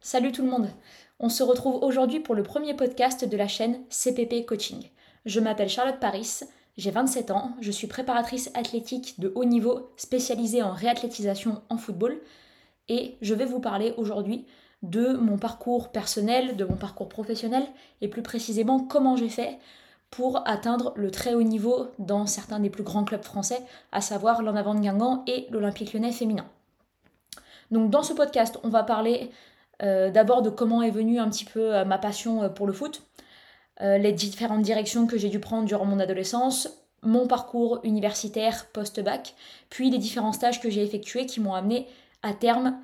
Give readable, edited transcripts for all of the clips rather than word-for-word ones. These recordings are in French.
Salut tout le monde. On se retrouve aujourd'hui pour le premier podcast de la chaîne CPP Coaching. Je m'appelle Charlotte Paris, j'ai 27 ans, je suis préparatrice athlétique de haut niveau spécialisée en réathlétisation en football et je vais vous parler aujourd'hui de mon parcours personnel, de mon parcours professionnel et plus précisément comment j'ai fait pour atteindre le très haut niveau dans certains des plus grands clubs français, à savoir l'En Avant de Guingamp et l'Olympique Lyonnais féminin. Donc dans ce podcast, on va parler d'abord de comment est venue un petit peu ma passion pour le foot, les différentes directions que j'ai dû prendre durant mon adolescence, mon parcours universitaire post-bac, puis les différents stages que j'ai effectués qui m'ont amené à terme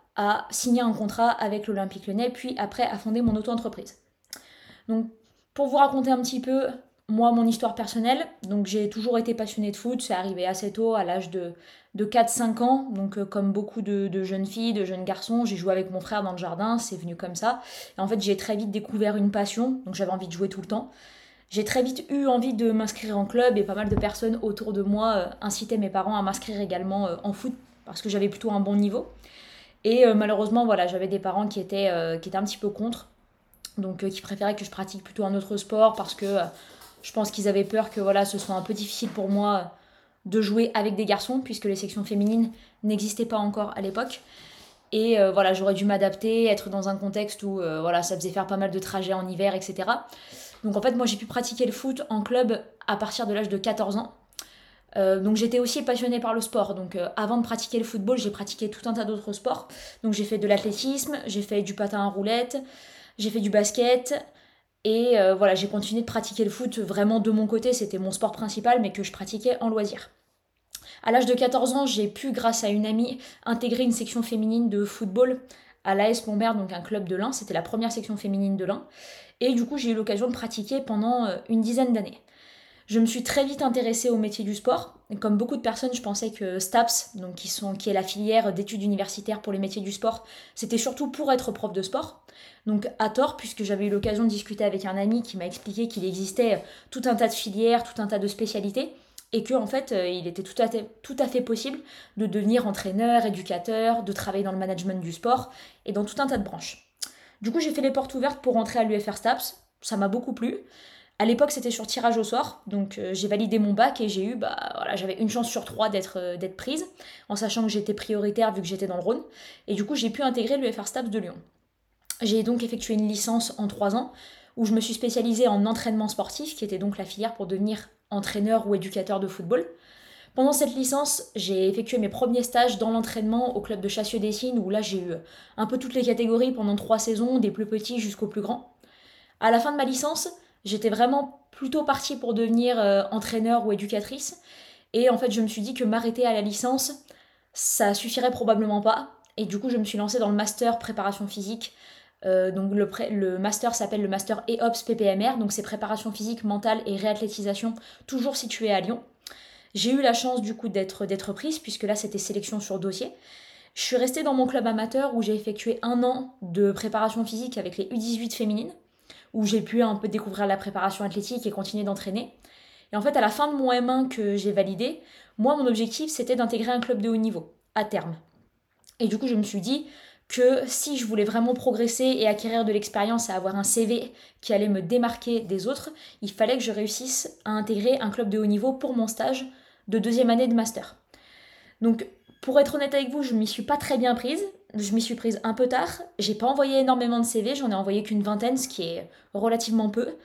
à signer un contrat avec l'Olympique Lyonnais, puis après à fonder mon auto-entreprise. Donc pour vous raconter un petit peu, moi, mon histoire personnelle, donc j'ai toujours été passionnée de foot, c'est arrivé assez tôt, à l'âge de 4-5 ans, donc comme beaucoup de jeunes filles, de jeunes garçons, j'ai joué avec mon frère dans le jardin, c'est venu comme ça. Et en fait, j'ai très vite découvert une passion, donc j'avais envie de jouer tout le temps. J'ai très vite eu envie de m'inscrire en club et pas mal de personnes autour de moi incitaient mes parents à m'inscrire également en foot parce que j'avais plutôt un bon niveau. Et malheureusement, voilà, j'avais des parents qui étaient un petit peu contre, donc qui préféraient que je pratique plutôt un autre sport parce que je pense qu'ils avaient peur que voilà, ce soit un peu difficile pour moi de jouer avec des garçons puisque les sections féminines n'existaient pas encore à l'époque. Et voilà, j'aurais dû m'adapter, être dans un contexte où voilà, ça faisait faire pas mal de trajets en hiver, etc. Donc en fait, moi j'ai pu pratiquer le foot en club à partir de l'âge de 14 ans. Donc j'étais aussi passionnée par le sport. Donc avant de pratiquer le football, j'ai pratiqué tout un tas d'autres sports. Donc j'ai fait de l'athlétisme, j'ai fait du patin à roulettes, j'ai fait du basket. Et voilà, j'ai continué de pratiquer le foot vraiment de mon côté, c'était mon sport principal, mais que je pratiquais en loisir. À l'âge de 14 ans, j'ai pu, grâce à une amie, intégrer une section féminine de football à l'AS Montbert, donc un club de l'Ain. C'était la première section féminine de l'Ain. Et du coup, j'ai eu l'occasion de pratiquer pendant une dizaine d'années. Je me suis très vite intéressée au métier du sport. Et comme beaucoup de personnes, je pensais que STAPS, donc qui est la filière d'études universitaires pour les métiers du sport, c'était surtout pour être prof de sport. Donc à tort, puisque j'avais eu l'occasion de discuter avec un ami qui m'a expliqué qu'il existait tout un tas de filières, tout un tas de spécialités, et que en fait, il était tout à fait possible de devenir entraîneur, éducateur, de travailler dans le management du sport et dans tout un tas de branches. Du coup, j'ai fait les portes ouvertes pour rentrer à l'UFR STAPS. Ça m'a beaucoup plu. À l'époque, c'était sur tirage au sort, donc j'ai validé mon bac et j'ai eu, voilà, j'avais une chance sur trois d'être prise, en sachant que j'étais prioritaire vu que j'étais dans le Rhône. Et du coup, j'ai pu intégrer l'UFR STAPS de Lyon. J'ai donc effectué une licence en 3 ans, où je me suis spécialisée en entraînement sportif, qui était donc la filière pour devenir entraîneur ou éducateur de football. Pendant cette licence, j'ai effectué mes premiers stages dans l'entraînement au club de Chassieux-Dessines, où là j'ai eu un peu toutes les catégories pendant 3 saisons, des plus petits jusqu'aux plus grands. À la fin de ma licence, j'étais vraiment plutôt partie pour devenir entraîneur ou éducatrice. Et en fait, je me suis dit que m'arrêter à la licence, ça suffirait probablement pas. Et du coup, je me suis lancée dans le master préparation physique. Donc le master s'appelle le master EOPS PPMR, donc c'est préparation physique, mentale et réathlétisation, toujours situé à Lyon. J'ai eu la chance du coup d'être prise, puisque là c'était sélection sur dossier. Je suis restée dans mon club amateur où j'ai effectué 1 an de préparation physique avec les U18 féminines, où j'ai pu un peu découvrir la préparation athlétique et continuer d'entraîner. Et en fait, à la fin de mon M1 que j'ai validé, moi, mon objectif, c'était d'intégrer un club de haut niveau, à terme. Et du coup, je me suis dit que si je voulais vraiment progresser et acquérir de l'expérience et avoir un CV qui allait me démarquer des autres, il fallait que je réussisse à intégrer un club de haut niveau pour mon stage de 2e année de master. Donc, pour être honnête avec vous, je m'y suis pas très bien prise. Je m'y suis prise un peu tard. J'ai pas envoyé énormément de CV, j'en ai envoyé qu'une vingtaine, ce qui est relativement peu.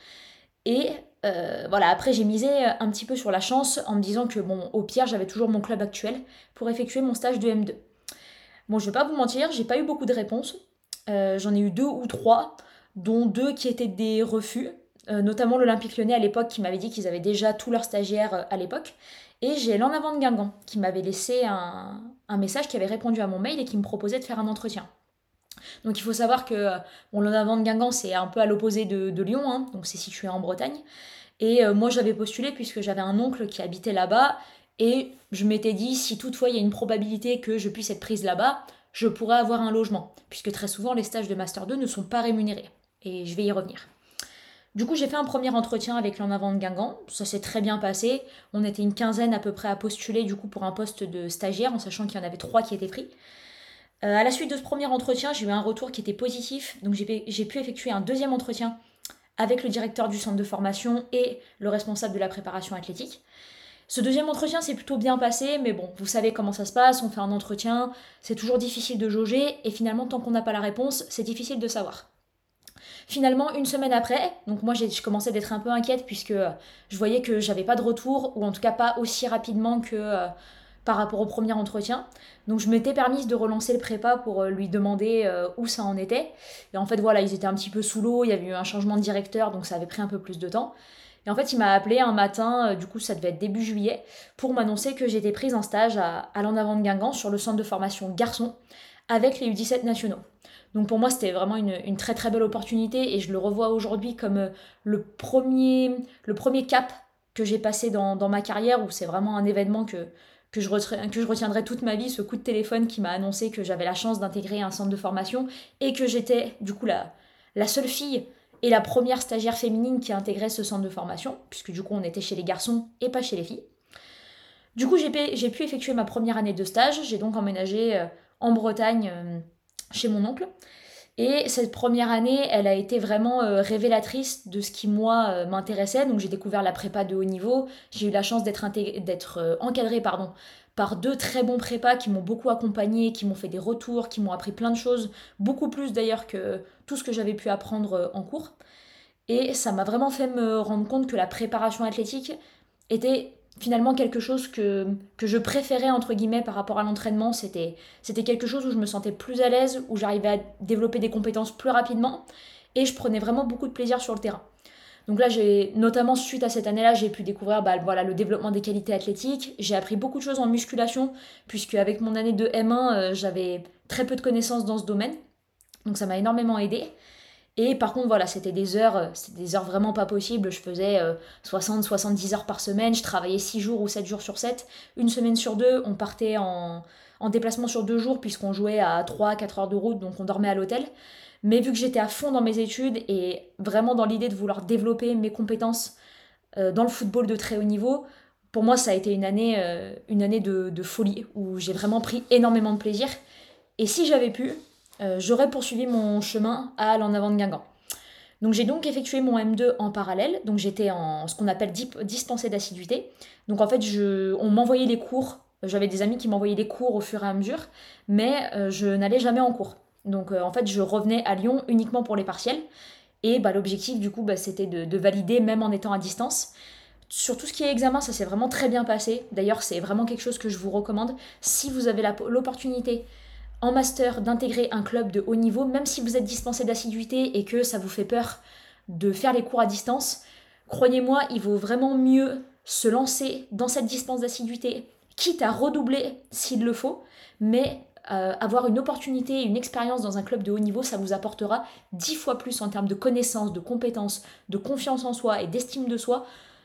Et voilà, après j'ai misé un petit peu sur la chance en me disant que bon, au pire, j'avais toujours mon club actuel pour effectuer mon stage de M2. Bon, je vais pas vous mentir, j'ai pas eu beaucoup de réponses. J'en ai eu 2 ou 3, dont 2 qui étaient des refus, notamment l'Olympique Lyonnais à l'époque qui m'avait dit qu'ils avaient déjà tous leurs stagiaires à l'époque. Et j'ai l'En Avant de Guingamp qui m'avait laissé un message, qui avait répondu à mon mail et qui me proposait de faire un entretien. Donc il faut savoir que bon, l'En Avant de Guingamp c'est un peu à l'opposé de Lyon, hein, donc c'est situé en Bretagne. Et moi j'avais postulé puisque j'avais un oncle qui habitait là-bas et je m'étais dit si toutefois il y a une probabilité que je puisse être prise là-bas, je pourrais avoir un logement, puisque très souvent les stages de Master 2 ne sont pas rémunérés. Et je vais y revenir. Du coup, j'ai fait un premier entretien avec l'En Avant de Guingamp. Ça s'est très bien passé. On était une quinzaine à peu près à postuler du coup pour un poste de stagiaire, en sachant qu'il y en avait 3 qui étaient pris. À la suite de ce premier entretien, j'ai eu un retour qui était positif, donc j'ai pu effectuer un deuxième entretien avec le directeur du centre de formation et le responsable de la préparation athlétique. Ce deuxième entretien s'est plutôt bien passé, mais bon, vous savez comment ça se passe, on fait un entretien, c'est toujours difficile de jauger, et finalement, tant qu'on n'a pas la réponse, c'est difficile de savoir. Finalement, une semaine après, donc moi je commençais d'être un peu inquiète puisque je voyais que j'avais pas de retour, ou en tout cas pas aussi rapidement que par rapport au premier entretien. Donc je m'étais permise de relancer le prépa pour lui demander où ça en était. Et en fait voilà, ils étaient un petit peu sous l'eau, il y avait eu un changement de directeur, donc ça avait pris un peu plus de temps. Et en fait, il m'a appelé un matin, du coup ça devait être début juillet, pour m'annoncer que j'étais prise en stage à l'En Avant de Guingamp sur le centre de formation garçon avec les U17 nationaux. Donc pour moi, c'était vraiment une très très belle opportunité et je le revois aujourd'hui comme le premier cap que j'ai passé dans ma carrière, où c'est vraiment un événement que je retiendrai toute ma vie, ce coup de téléphone qui m'a annoncé que j'avais la chance d'intégrer un centre de formation et que j'étais du coup la seule fille et la première stagiaire féminine qui intégrait ce centre de formation, puisque du coup on était chez les garçons et pas chez les filles. Du coup j'ai pu effectuer ma première année de stage, j'ai donc emménagé en Bretagne chez mon oncle. Et cette première année, elle a été vraiment révélatrice de ce qui, moi, m'intéressait. Donc j'ai découvert la prépa de haut niveau. J'ai eu la chance d'être encadrée par deux très bons prépas qui m'ont beaucoup accompagnée, qui m'ont fait des retours, qui m'ont appris plein de choses, beaucoup plus d'ailleurs que tout ce que j'avais pu apprendre en cours. Et ça m'a vraiment fait me rendre compte que la préparation athlétique était finalement quelque chose que je préférais entre guillemets par rapport à l'entraînement. C'était quelque chose où je me sentais plus à l'aise, où j'arrivais à développer des compétences plus rapidement et je prenais vraiment beaucoup de plaisir sur le terrain. Donc là, j'ai notamment suite à cette année-là, j'ai pu découvrir voilà, le développement des qualités athlétiques. J'ai appris beaucoup de choses en musculation, puisque avec mon année de M1, j'avais très peu de connaissances dans ce domaine. Donc ça m'a énormément aidé. Et par contre, voilà, c'était des heures vraiment pas possibles. Je faisais 60-70 heures par semaine, je travaillais 6 jours ou 7 jours sur 7. Une semaine sur deux, on partait en déplacement sur 2 jours, puisqu'on jouait à 3-4 heures de route, donc on dormait à l'hôtel. Mais vu que j'étais à fond dans mes études et vraiment dans l'idée de vouloir développer mes compétences dans le football de très haut niveau, pour moi, ça a été une année de folie, où j'ai vraiment pris énormément de plaisir. Et si j'avais pu, j'aurais poursuivi mon chemin à l'En Avant de Guingamp. Donc j'ai donc effectué mon M2 en parallèle, donc j'étais en ce qu'on appelle dispensé d'assiduité. Donc en fait, on m'envoyait les cours, j'avais des amis qui m'envoyaient les cours au fur et à mesure, mais je n'allais jamais en cours. Donc en fait, je revenais à Lyon uniquement pour les partiels. Et l'objectif du coup, c'était de valider même en étant à distance. Sur tout ce qui est examen, ça s'est vraiment très bien passé. D'ailleurs, c'est vraiment quelque chose que je vous recommande. Si vous avez l'opportunité en master d'intégrer un club de haut niveau, même si vous êtes dispensé d'assiduité et que ça vous fait peur de faire les cours à distance, croyez-moi, il vaut vraiment mieux se lancer dans cette dispense d'assiduité, quitte à redoubler s'il le faut, mais avoir une opportunité, une expérience dans un club de haut niveau, ça vous apportera 10 fois plus en termes de connaissances, de compétences, de confiance en soi et d'estime de soi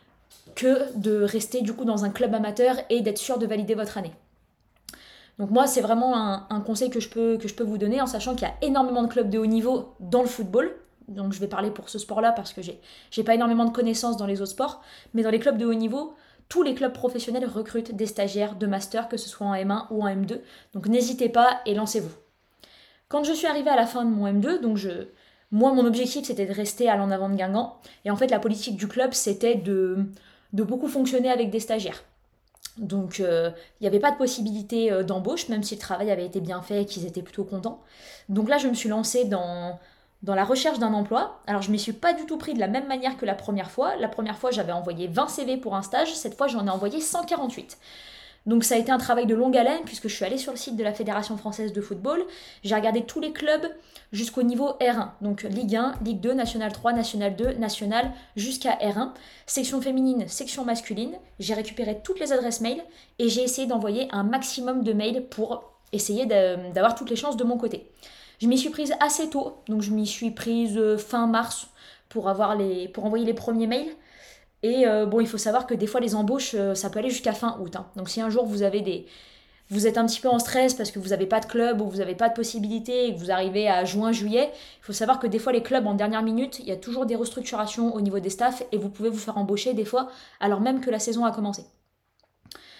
que de rester du coup dans un club amateur et d'être sûr de valider votre année. Donc moi, c'est vraiment un conseil que je peux vous donner, en sachant qu'il y a énormément de clubs de haut niveau dans le football. Donc je vais parler pour ce sport-là parce que j'ai pas énormément de connaissances dans les autres sports. Mais dans les clubs de haut niveau, tous les clubs professionnels recrutent des stagiaires de master, que ce soit en M1 ou en M2. Donc n'hésitez pas et lancez-vous. Quand je suis arrivée à la fin de mon M2, moi, mon objectif, c'était de rester à l'En Avant de Guingamp. Et en fait, la politique du club, c'était de beaucoup fonctionner avec des stagiaires. Donc il n'y avait pas de possibilité d'embauche, même si le travail avait été bien fait et qu'ils étaient plutôt contents. Donc là, je me suis lancée dans la recherche d'un emploi. Alors je ne m'y suis pas du tout pris de la même manière que la première fois. La première fois, j'avais envoyé 20 CV pour un stage. Cette fois, j'en ai envoyé 148. Donc ça a été un travail de longue haleine, puisque je suis allée sur le site de la Fédération française de football. J'ai regardé tous les clubs jusqu'au niveau R1. Donc Ligue 1, Ligue 2, National 3, National 2, National jusqu'à R1. Section féminine, section masculine. J'ai récupéré toutes les adresses mail et j'ai essayé d'envoyer un maximum de mails pour essayer d'avoir toutes les chances de mon côté. Je m'y suis prise assez tôt, donc je m'y suis prise fin mars pour envoyer les premiers mails. Et il faut savoir que des fois les embauches, ça peut aller jusqu'à fin août, hein. Donc si un jour vous êtes un petit peu en stress parce que vous n'avez pas de club ou vous n'avez pas de possibilité et que vous arrivez à juin, juillet, il faut savoir que des fois les clubs en dernière minute, il y a toujours des restructurations au niveau des staffs et vous pouvez vous faire embaucher des fois alors même que la saison a commencé.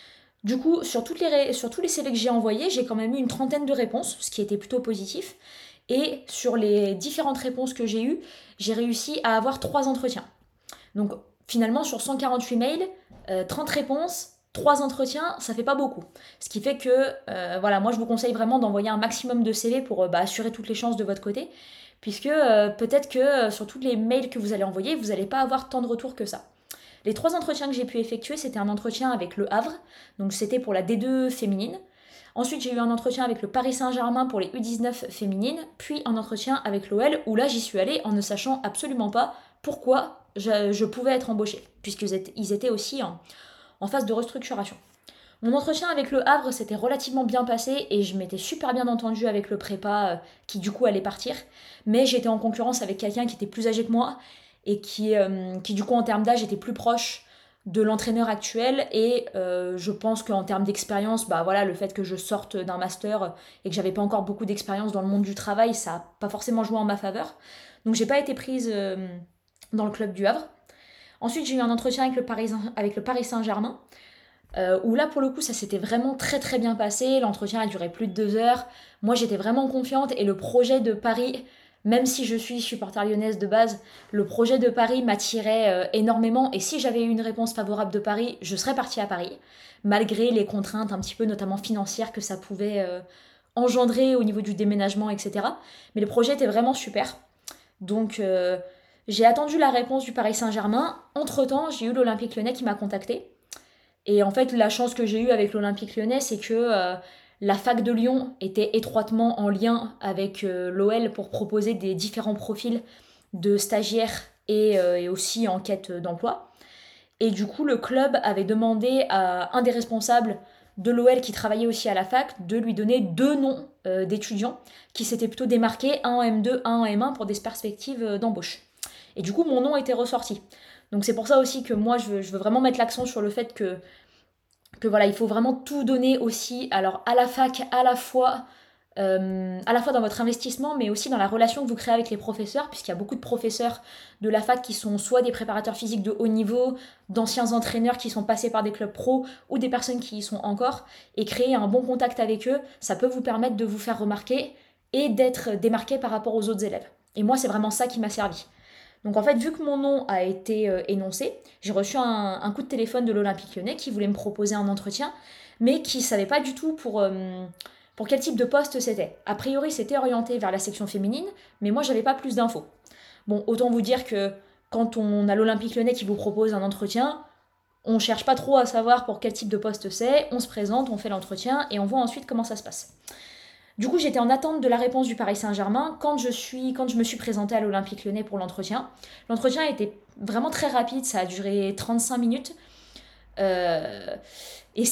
Du coup, sur tous les CV que j'ai envoyés, j'ai quand même eu une trentaine de réponses, ce qui était plutôt positif. Et sur les différentes réponses que j'ai eues, j'ai réussi à avoir 3 entretiens. Donc finalement, sur 148 mails, 30 réponses, 3 entretiens, ça fait pas beaucoup. Ce qui fait que, voilà, moi je vous conseille vraiment d'envoyer un maximum de CV pour assurer toutes les chances de votre côté. Puisque peut-être que sur tous les mails que vous allez envoyer, vous n'allez pas avoir tant de retours que ça. Les 3 entretiens que j'ai pu effectuer, c'était un entretien avec le Havre, donc c'était pour la D2 féminine. Ensuite, j'ai eu un entretien avec le Paris Saint-Germain pour les U19 féminines, puis un entretien avec l'OL où là j'y suis allée en ne sachant absolument pas pourquoi je pouvais être embauchée, puisqu'ils étaient aussi en phase de restructuration. Mon entretien avec le Havre s'était relativement bien passé et je m'étais super bien entendue avec le prépa qui du coup allait partir. Mais j'étais en concurrence avec quelqu'un qui était plus âgé que moi et qui du coup en termes d'âge était plus proche de l'entraîneur actuel. Et je pense qu'en termes d'expérience, bah voilà, le fait que je sorte d'un master et que j'avais pas encore beaucoup d'expérience dans le monde du travail, ça n'a pas forcément joué en ma faveur. Donc j'ai pas été prise dans le club du Havre. Ensuite, j'ai eu un entretien avec le Paris Saint-Germain où là pour le coup ça s'était vraiment très très bien passé, l'entretien a duré plus de 2 heures, moi j'étais vraiment confiante et le projet de Paris, même si je suis supporter lyonnaise de base, le projet de Paris m'attirait énormément et si j'avais eu une réponse favorable de Paris, je serais partie à Paris, malgré les contraintes un petit peu notamment financières que ça pouvait engendrer au niveau du déménagement, etc. Mais le projet était vraiment super, donc j'ai attendu la réponse du Paris Saint-Germain, entre-temps j'ai eu l'Olympique Lyonnais qui m'a contacté et en fait, la chance que j'ai eue avec l'Olympique lyonnais, c'est que la fac de Lyon était étroitement en lien avec l'OL pour proposer des différents profils de stagiaires et aussi en quête d'emploi. Et du coup, le club avait demandé à un des responsables de l'OL qui travaillait aussi à la fac de lui donner 2 noms d'étudiants qui s'étaient plutôt démarqués, un en M2, un en M1 pour des perspectives d'embauche. Et du coup, mon nom était ressorti. Donc c'est pour ça aussi que moi, je veux vraiment mettre l'accent sur le fait que voilà, il faut vraiment tout donner aussi, alors à la fac, à la fois dans votre investissement, mais aussi dans la relation que vous créez avec les professeurs, puisqu'il y a beaucoup de professeurs de la fac qui sont soit des préparateurs physiques de haut niveau, d'anciens entraîneurs qui sont passés par des clubs pro, ou des personnes qui y sont encore, et créer un bon contact avec eux, ça peut vous permettre de vous faire remarquer et d'être démarqué par rapport aux autres élèves. Et moi, c'est vraiment ça qui m'a servi. Donc en fait, vu que mon nom a été énoncé, j'ai reçu un coup de téléphone de l'Olympique lyonnais qui voulait me proposer un entretien, mais qui ne savait pas du tout pour quel type de poste c'était. A priori, c'était orienté vers la section féminine, mais moi, j'avais pas plus d'infos. Bon, autant vous dire que quand on a l'Olympique lyonnais qui vous propose un entretien, on cherche pas trop à savoir pour quel type de poste c'est, on se présente, on fait l'entretien et on voit ensuite comment ça se passe. Du coup, j'étais en attente de la réponse du Paris Saint-Germain quand je me suis présentée à l'Olympique lyonnais pour l'entretien. L'entretien était vraiment très rapide, ça a duré 35 minutes. Euh, et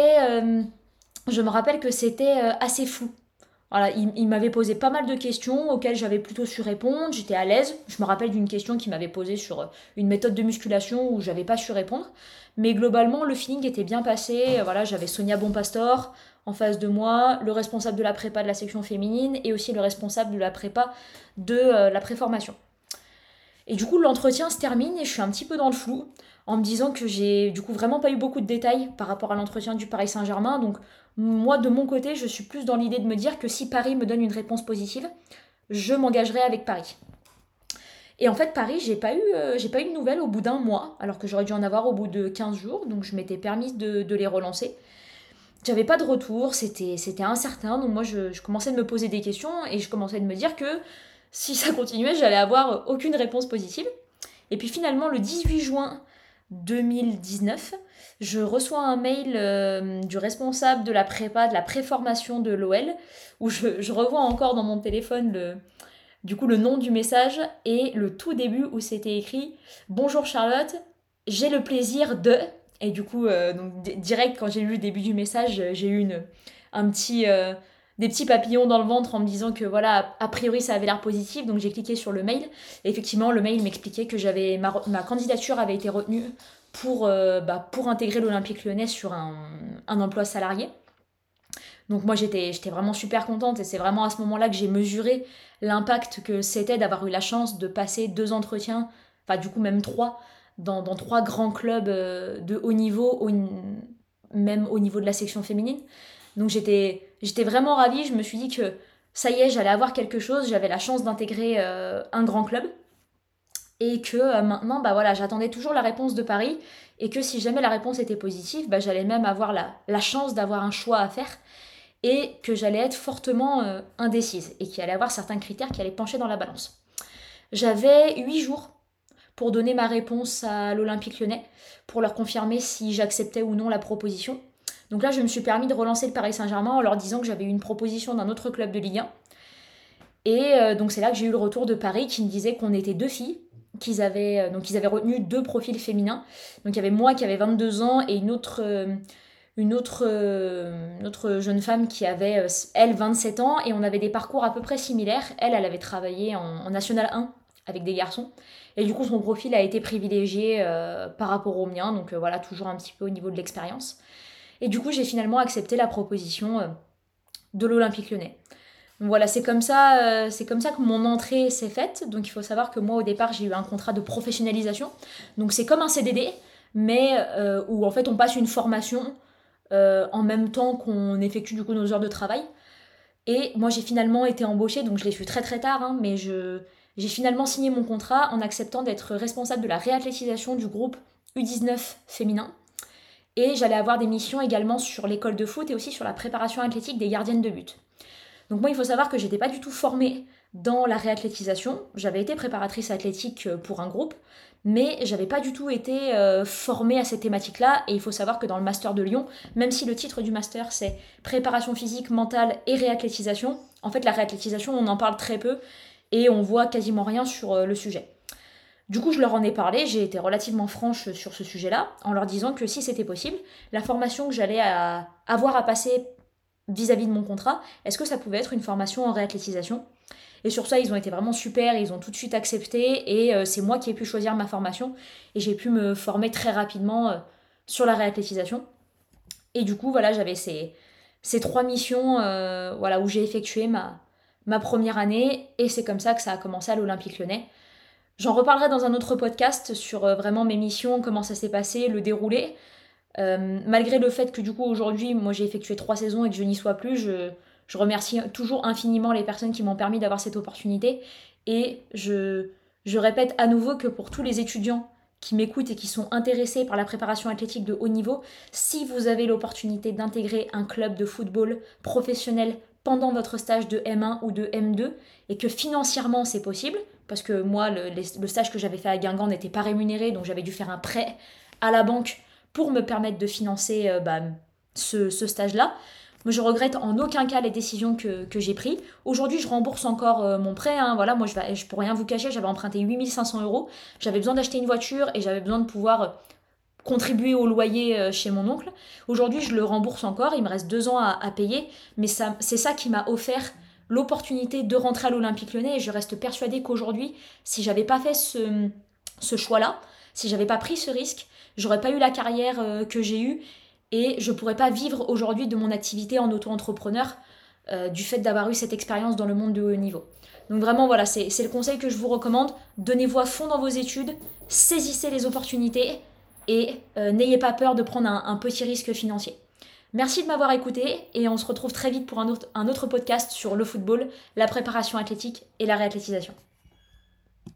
je me rappelle que c'était assez flou. Voilà, il m'avait posé pas mal de questions auxquelles j'avais plutôt su répondre, j'étais à l'aise. Je me rappelle d'une question qu'il m'avait posée sur une méthode de musculation où j'avais pas su répondre. Mais globalement, le feeling était bien passé. Voilà, j'avais Sonia Bonpastor en face de moi, le responsable de la prépa de la section féminine et aussi le responsable de la prépa de la préformation. Et du coup, l'entretien se termine et je suis un petit peu dans le flou en me disant que j'ai du coup vraiment pas eu beaucoup de détails par rapport à l'entretien du Paris Saint-Germain. Donc moi, de mon côté, je suis plus dans l'idée de me dire que si Paris me donne une réponse positive, je m'engagerai avec Paris. Et en fait, Paris, j'ai pas eu de nouvelles au bout d'un mois, alors que j'aurais dû en avoir au bout de 15 jours, donc je m'étais permise de les relancer. J'avais pas de retour, c'était incertain, donc moi je commençais de me poser des questions et je commençais de me dire que si ça continuait, j'allais avoir aucune réponse positive. Et puis finalement, le 18 juin 2019, je reçois un mail du responsable de la prépa, de la préformation de l'OL, où je revois encore dans mon téléphone le nom du message et le tout début où c'était écrit Bonjour Charlotte, j'ai le plaisir de. Et du coup, direct quand j'ai lu le début du message, j'ai eu un petit, des petits papillons dans le ventre en me disant que voilà, a priori ça avait l'air positif, donc j'ai cliqué sur le mail. Et effectivement, le mail m'expliquait que ma candidature avait été retenue pour intégrer l'Olympique lyonnais sur un emploi salarié. Donc moi j'étais vraiment super contente et c'est vraiment à ce moment-là que j'ai mesuré l'impact que c'était d'avoir eu la chance de passer 2 entretiens, enfin du coup même 3, dans 3 grands clubs de haut niveau même au niveau de la section féminine. Donc j'étais vraiment ravie, je me suis dit que ça y est, j'allais avoir quelque chose, j'avais la chance d'intégrer un grand club. Et que maintenant, bah voilà, j'attendais toujours la réponse de Paris, et que si jamais la réponse était positive, bah, j'allais même avoir la chance d'avoir un choix à faire, et que j'allais être fortement indécise, et qu'il allait y avoir certains critères qui allaient pencher dans la balance. J'avais 8 jours pour donner ma réponse à l'Olympique Lyonnais, pour leur confirmer si j'acceptais ou non la proposition. Donc là, je me suis permis de relancer le Paris Saint-Germain en leur disant que j'avais eu une proposition d'un autre club de Ligue 1. Et donc c'est là que j'ai eu le retour de Paris qui me disait qu'on était deux filles, qu'ils avaient retenu deux profils féminins. Donc il y avait moi qui avait 22 ans et une autre jeune femme qui avait, elle, 27 ans, et on avait des parcours à peu près similaires. Elle avait travaillé en National 1 avec des garçons, et du coup son profil a été privilégié par rapport au mien, donc voilà, toujours un petit peu au niveau de l'expérience. Et du coup j'ai finalement accepté la proposition de l'Olympique Lyonnais. Donc voilà, c'est comme ça que mon entrée s'est faite. Donc il faut savoir que moi au départ j'ai eu un contrat de professionnalisation. Donc c'est comme un CDD, mais où en fait on passe une formation en même temps qu'on effectue du coup nos heures de travail. Et moi j'ai finalement été embauchée, donc je l'ai su très très tard, hein, mais j'ai finalement signé mon contrat en acceptant d'être responsable de la réathlétisation du groupe U19 féminin. Et j'allais avoir des missions également sur l'école de foot et aussi sur la préparation athlétique des gardiennes de but. Donc moi, il faut savoir que j'étais pas du tout formée dans la réathlétisation. J'avais été préparatrice athlétique pour un groupe, mais j'avais pas du tout été formée à cette thématique-là. Et il faut savoir que dans le master de Lyon, même si le titre du master c'est préparation physique, mentale et réathlétisation, en fait la réathlétisation on en parle très peu et on voit quasiment rien sur le sujet. Du coup, je leur en ai parlé, j'ai été relativement franche sur ce sujet-là, en leur disant que si c'était possible, la formation que j'allais avoir à passer vis-à-vis de mon contrat, est-ce que ça pouvait être une formation en réathlétisation? Et sur ça, ils ont été vraiment super, ils ont tout de suite accepté, et c'est moi qui ai pu choisir ma formation, et j'ai pu me former très rapidement sur la réathlétisation. Et du coup, voilà, j'avais ces trois missions voilà, où j'ai effectué ma première année, et c'est comme ça que ça a commencé à l'Olympique Lyonnais. J'en reparlerai dans un autre podcast sur vraiment mes missions, comment ça s'est passé, le déroulé. Malgré le fait que du coup aujourd'hui, moi j'ai effectué 3 saisons et que je n'y sois plus, je remercie toujours infiniment les personnes qui m'ont permis d'avoir cette opportunité. Et je répète à nouveau que pour tous les étudiants qui m'écoutent et qui sont intéressés par la préparation athlétique de haut niveau, si vous avez l'opportunité d'intégrer un club de football professionnel pendant votre stage de M1 ou de M2 et que financièrement c'est possible, parce que moi le stage que j'avais fait à Guingamp n'était pas rémunéré, donc j'avais dû faire un prêt à la banque pour me permettre de financer ce stage-là. Moi, je regrette en aucun cas les décisions que j'ai prises. Aujourd'hui, je rembourse encore mon prêt. Hein. Voilà, moi, je peux rien vous cacher, j'avais emprunté 8 500 €. J'avais besoin d'acheter une voiture et j'avais besoin de pouvoir contribuer au loyer chez mon oncle. Aujourd'hui, je le rembourse encore. Il me reste 2 ans à payer. Mais c'est ça qui m'a offert l'opportunité de rentrer à l'Olympique Lyonnais. Et je reste persuadée qu'aujourd'hui, si j'avais pas fait ce choix-là, si j'avais pas pris ce risque, j'aurais pas eu la carrière que j'ai eue et je pourrais pas vivre aujourd'hui de mon activité en auto-entrepreneur du fait d'avoir eu cette expérience dans le monde de haut niveau. Donc vraiment voilà, c'est le conseil que je vous recommande. Donnez-vous à fond dans vos études, saisissez les opportunités et n'ayez pas peur de prendre un petit risque financier. Merci de m'avoir écouté et on se retrouve très vite pour un autre podcast sur le football, la préparation athlétique et la réathlétisation.